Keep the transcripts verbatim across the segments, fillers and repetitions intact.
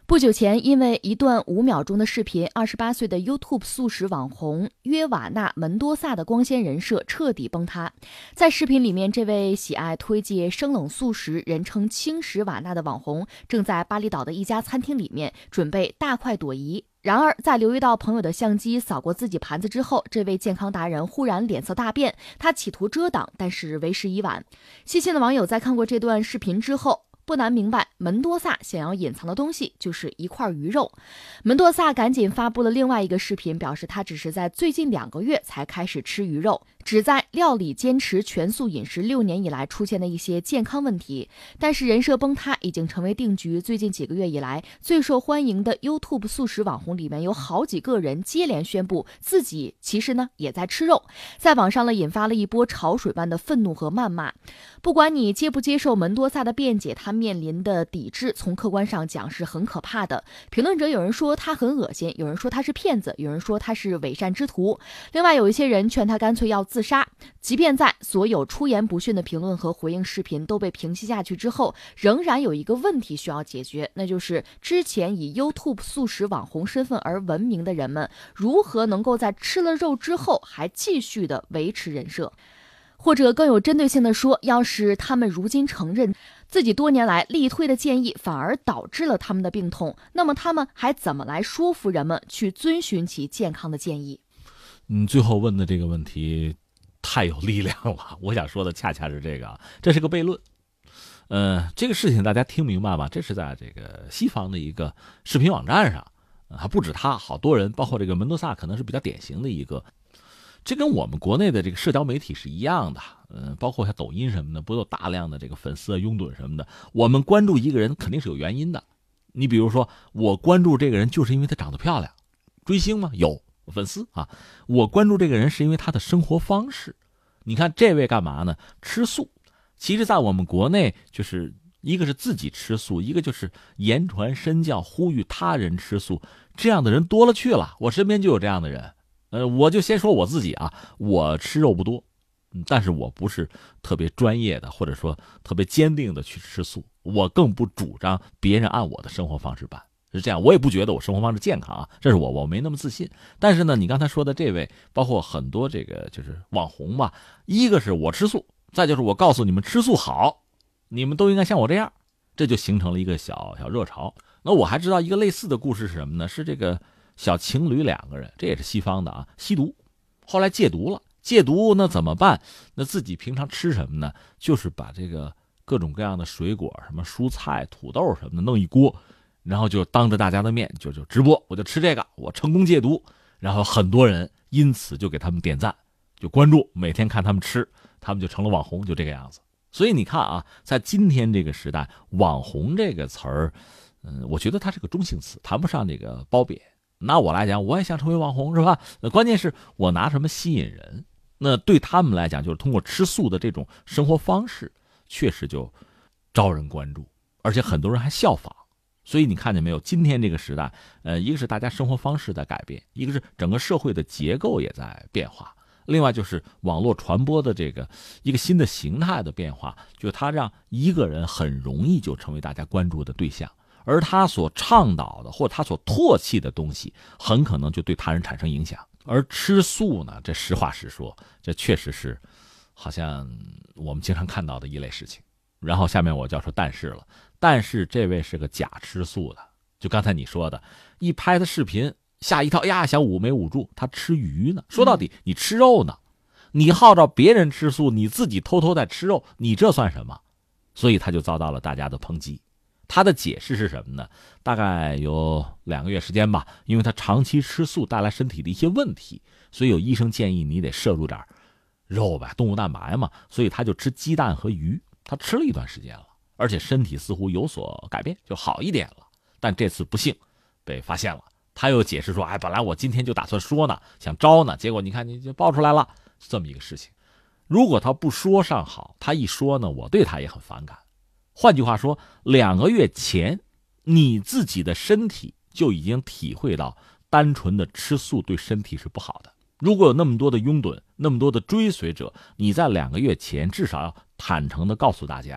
不久前，因为一段五秒钟的视频，二十八岁的 YouTube 素食网红约瓦纳·门多萨的光鲜人设彻底崩塌。在视频里面，这位喜爱推介生冷素食、人称轻食瓦纳的网红，正在巴厘岛的一家餐厅里面准备大快朵颐。然而，在留意到朋友的相机扫过自己盘子之后，这位健康达人忽然脸色大变，他企图遮挡，但是为时已晚。细心的网友在看过这段视频之后，不难明白，门多萨想要隐藏的东西就是一块鱼肉。门多萨赶紧发布了另外一个视频，表示他只是在最近两个月才开始吃鱼肉，旨在料理坚持全素饮食六年以来出现的一些健康问题。但是人设崩塌已经成为定局，最近几个月以来，最受欢迎的 YouTube 素食网红里面有好几个人接连宣布自己其实呢也在吃肉，在网上呢引发了一波潮水般的愤怒和谩骂。不管你接不接受门多萨的辩解，他面临的抵制从客观上讲是很可怕的。评论者有人说他很恶心，有人说他是骗子，有人说他是伪善之徒，另外有一些人劝他干脆要自杀。即便在所有出言不逊的评论和回应视频都被平息下去之后，仍然有一个问题需要解决，那就是之前以 YouTube 素食网红身份而闻名的人们，如何能够在吃了肉之后还继续的维持人设。或者更有针对性的说，要是他们如今承认自己多年来力推的建议反而导致了他们的病痛，那么他们还怎么来说服人们去遵循其健康的建议？ 嗯，最后问的这个问题太有力量了，我想说的恰恰是这个啊，这是个悖论。呃，这个事情大家听明白吗？这是在这个西方的一个视频网站上，还不止他，好多人，包括这个门多萨可能是比较典型的一个。这跟我们国内的这个社交媒体是一样的，嗯，包括像抖音什么的，不有大量的这个粉丝啊、拥趸什么的。我们关注一个人肯定是有原因的。你比如说，我关注这个人就是因为他长得漂亮，追星吗？有粉丝啊。我关注这个人是因为他的生活方式。你看这位干嘛呢？吃素。其实，在我们国内，就是一个是自己吃素，一个就是言传身教，呼吁他人吃素。这样的人多了去了，我身边就有这样的人。呃，我就先说我自己啊，我吃肉不多，但是我不是特别专业的，或者说特别坚定的去吃素，我更不主张别人按我的生活方式办，是这样，我也不觉得我生活方式健康啊，这是我我没那么自信。但是呢，你刚才说的这位，包括很多这个就是网红吧，一个是我吃素，再就是我告诉你们吃素好，你们都应该像我这样，这就形成了一个小小热潮。那我还知道一个类似的故事是什么呢？是这个小情侣两个人，这也是西方的啊，吸毒，后来戒毒了。戒毒那怎么办？那自己平常吃什么呢？就是把这个各种各样的水果，什么蔬菜、土豆什么的弄一锅，然后就当着大家的面就就直播，我就吃这个，我成功戒毒。然后很多人因此就给他们点赞，就关注，每天看他们吃，他们就成了网红，就这个样子。所以你看啊，在今天这个时代，网红这个词儿，嗯，我觉得它是个中性词，谈不上这个褒贬。拿我来讲，我也想成为网红，是吧？那关键是我拿什么吸引人？那对他们来讲，就是通过吃素的这种生活方式，确实就招人关注，而且很多人还效仿。所以你看见没有？今天这个时代，呃，一个是大家生活方式在改变，一个是整个社会的结构也在变化，另外就是网络传播的这个一个新的形态的变化，就是它让一个人很容易就成为大家关注的对象。而他所倡导的或他所唾弃的东西，很可能就对他人产生影响。而吃素呢，这实话实说，这确实是好像我们经常看到的一类事情。然后下面我就要说但是了，但是这位是个假吃素的，就刚才你说的，一拍的视频吓一跳呀，想捂没捂住，他吃鱼呢。说到底，你吃肉呢，你号召别人吃素，你自己偷偷在吃肉，你这算什么？所以他就遭到了大家的抨击。他的解释是什么呢？大概有两个月时间吧，因为他长期吃素带来身体的一些问题，所以有医生建议你得摄入点肉呗，动物蛋白嘛，所以他就吃鸡蛋和鱼。他吃了一段时间了，而且身体似乎有所改变，就好一点了。但这次不幸被发现了，他又解释说：“哎，本来我今天就打算说呢，想招呢，结果你看你就爆出来了，是这么一个事情。如果他不说尚好，他一说呢，我对他也很反感。换句话说，两个月前，你自己的身体就已经体会到单纯的吃素对身体是不好的。如果有那么多的拥趸，那么多的追随者，你在两个月前至少要坦诚的告诉大家，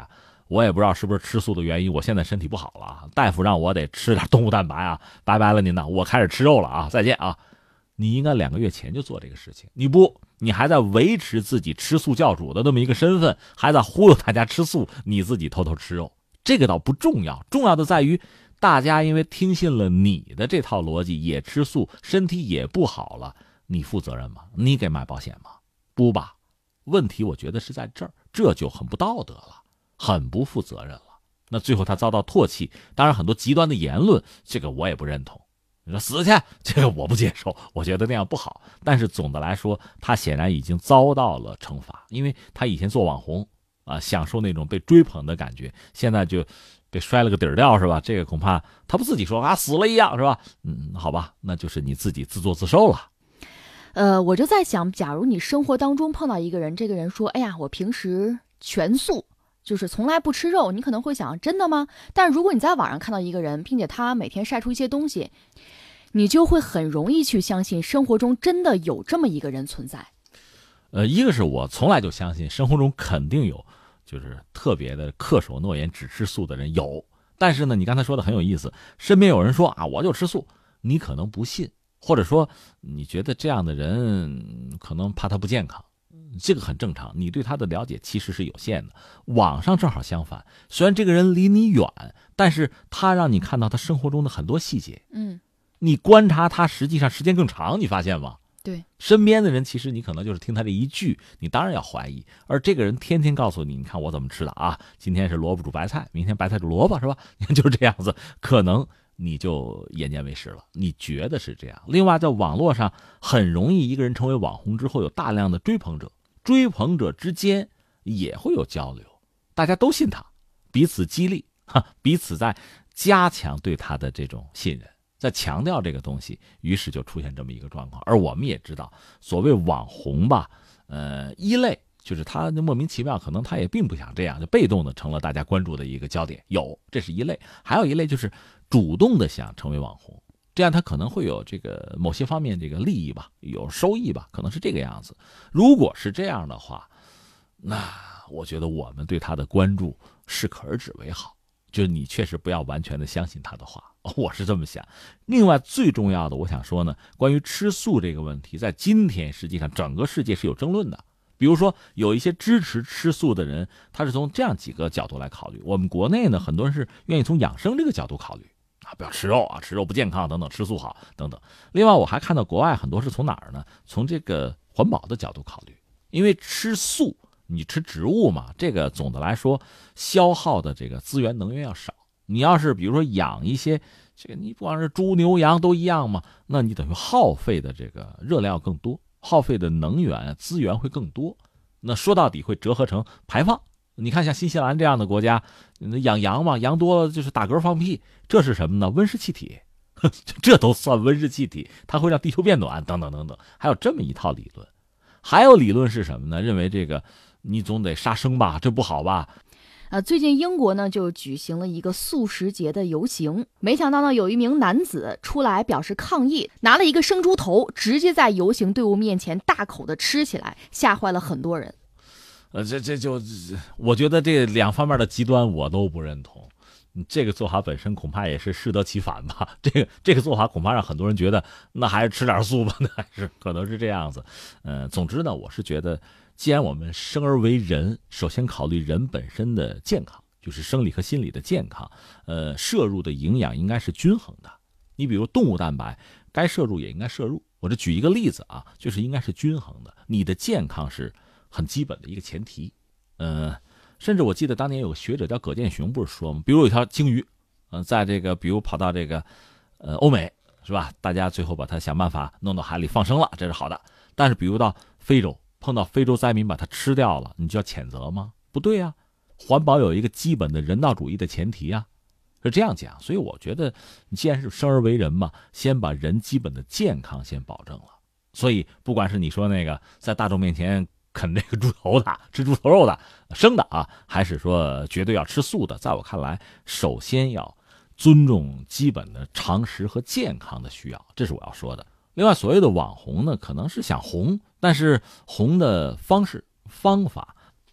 我也不知道是不是吃素的原因，我现在身体不好了，大夫让我得吃点动物蛋白啊，拜拜了您呐，我开始吃肉了啊，再见啊。你应该两个月前就做这个事情，你不，你还在维持自己吃素教主的那么一个身份，还在忽悠大家吃素，你自己偷偷吃肉，这个倒不重要，重要的在于大家因为听信了你的这套逻辑，也吃素，身体也不好了，你负责任吗？你给买保险吗？不吧。问题我觉得是在这儿，这就很不道德了，很不负责任了。那最后他遭到唾弃，当然很多极端的言论，这个我也不认同。你说死去，这个我不接受，我觉得那样不好。但是总的来说，他显然已经遭到了惩罚，因为他以前做网红啊，享受那种被追捧的感觉，现在就被摔了个底儿掉，是吧？这个恐怕他不自己说啊，死了一样，是吧？嗯，好吧，那就是你自己自作自受了。 呃，我就在想，假如你生活当中碰到一个人，这个人说，哎呀，我平时全素，就是从来不吃肉，你可能会想，真的吗？但是如果你在网上看到一个人，并且他每天晒出一些东西，你就会很容易去相信生活中真的有这么一个人存在。 呃，一个是我从来就相信生活中肯定有就是特别的恪守诺言只吃素的人有，但是呢，你刚才说的很有意思，身边有人说啊我就吃素，你可能不信，或者说你觉得这样的人可能怕他不健康，这个很正常，你对他的了解其实是有限的。网上正好相反，虽然这个人离你远，但是他让你看到他生活中的很多细节， 嗯， 你观察他实际上时间更长，你发现吗？ 对， 身边的人其实你可能就是听他这一句，你当然要怀疑。而这个人天天告诉你，你看我怎么吃的啊？今天是萝卜煮白菜，明天白菜煮萝卜，是吧？就是这样子，可能你就眼见为实了，你觉得是这样。另外，在网络上很容易一个人成为网红之后，有大量的追捧者，追捧者之间也会有交流，大家都信他，彼此激励，哈，彼此在加强对他的这种信任。在强调这个东西，于是就出现这么一个状况。而我们也知道，所谓网红吧，呃，一类就是他莫名其妙，可能他也并不想这样，就被动的成了大家关注的一个焦点。有，这是一类；还有一类就是主动的想成为网红，这样他可能会有这个某些方面这个利益吧，有收益吧，可能是这个样子。如果是这样的话，那我觉得我们对他的关注适可而止为好。就是你确实不要完全的相信他的话，我是这么想。另外最重要的，我想说呢，关于吃素这个问题，在今天实际上整个世界是有争论的。比如说有一些支持吃素的人，他是从这样几个角度来考虑。我们国内呢，很多人是愿意从养生这个角度考虑啊，不要吃肉啊，吃肉不健康等等，吃素好等等。另外我还看到国外很多是从哪儿呢？从这个环保的角度考虑，因为吃素你吃植物嘛，这个总的来说消耗的这个资源能源要少。你要是比如说养一些这个，你不光是猪牛羊都一样嘛，那你等于耗费的这个热量更多，耗费的能源资源会更多。那说到底会折合成排放。你看像新西兰这样的国家，养羊嘛，羊多了就是打嗝放屁，这是什么呢？温室气体，这都算温室气体，它会让地球变暖等等等等，还有这么一套理论。还有理论是什么呢？认为这个你总得杀生吧，这不好吧？ 呃，最近英国呢就举行了一个素食节的游行，没想到呢有一名男子出来表示抗议，拿了一个生猪头，直接在游行队伍面前大口的吃起来，吓坏了很多人。 呃，这这就我觉得这两方面的极端我都不认同。这个做法本身恐怕也是适得其反吧。这个这个做法恐怕让很多人觉得，那还是吃点素吧，那还是可能是这样子。呃，总之呢，我是觉得，既然我们生而为人，首先考虑人本身的健康，就是生理和心理的健康。呃，摄入的营养应该是均衡的。你比如动物蛋白，该摄入也应该摄入。我这举一个例子啊，就是应该是均衡的。你的健康是很基本的一个前提。呃。甚至我记得当年有个学者叫葛剑雄，不是说吗？比如有一条鲸鱼，嗯、呃，在这个比如跑到这个，呃，欧美是吧？大家最后把它想办法弄到海里放生了，这是好的。但是比如到非洲，碰到非洲灾民把它吃掉了，你就要谴责吗？不对呀、啊，环保有一个基本的人道主义的前提啊，是这样讲。所以我觉得，你既然是生而为人嘛，先把人基本的健康先保证了。所以不管是你说那个在大众面前啃这个猪头的，吃猪头肉的生的啊，还是说绝对要吃素的，在我看来首先要尊重基本的常识和健康的需要，这是我要说的。另外所谓的网红呢，可能是想红，但是红的方式方法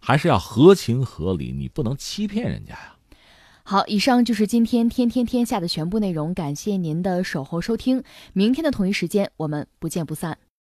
还是要合情合理，你不能欺骗人家呀。 好，以上就是今天天天天下的全部内容，感谢您的守候收听，明天的同一时间我们不见不散。